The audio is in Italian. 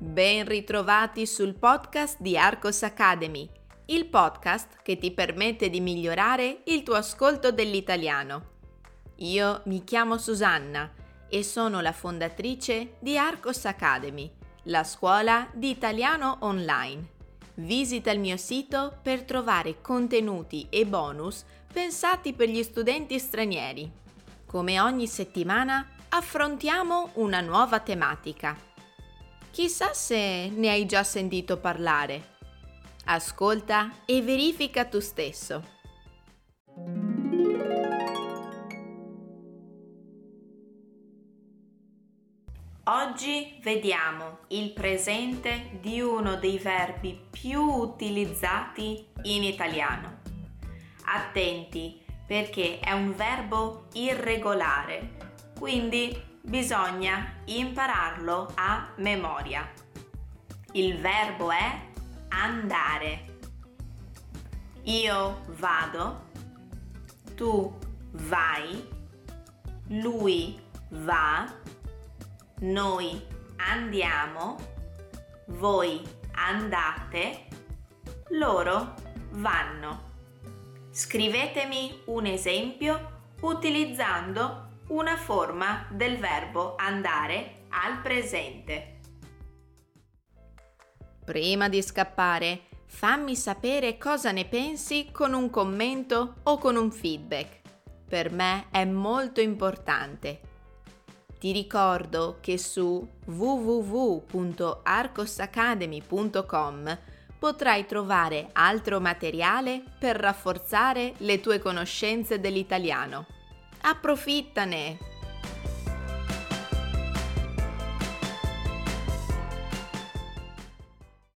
Ben ritrovati sul podcast di Arcos Academy, il podcast che ti permette di migliorare il tuo ascolto dell'italiano. Io mi chiamo Susanna e sono la fondatrice di Arcos Academy, la scuola di italiano online. Visita il mio sito per trovare contenuti e bonus pensati per gli studenti stranieri. Come ogni settimana affrontiamo una nuova tematica. Chissà se ne hai già sentito parlare. Ascolta e verifica tu stesso. Oggi vediamo il presente di uno dei verbi più utilizzati in italiano. Attenti, perché è un verbo irregolare, quindi bisogna impararlo a memoria. Il verbo è andare. Io vado, tu vai, lui va, noi andiamo, voi andate, loro vanno. Scrivetemi un esempio utilizzando una forma del verbo andare al presente. Prima di scappare, fammi sapere cosa ne pensi con un commento o con un feedback. Per me è molto importante. Ti ricordo che su www.arcosacademy.com potrai trovare altro materiale per rafforzare le tue conoscenze dell'italiano. Approfittane!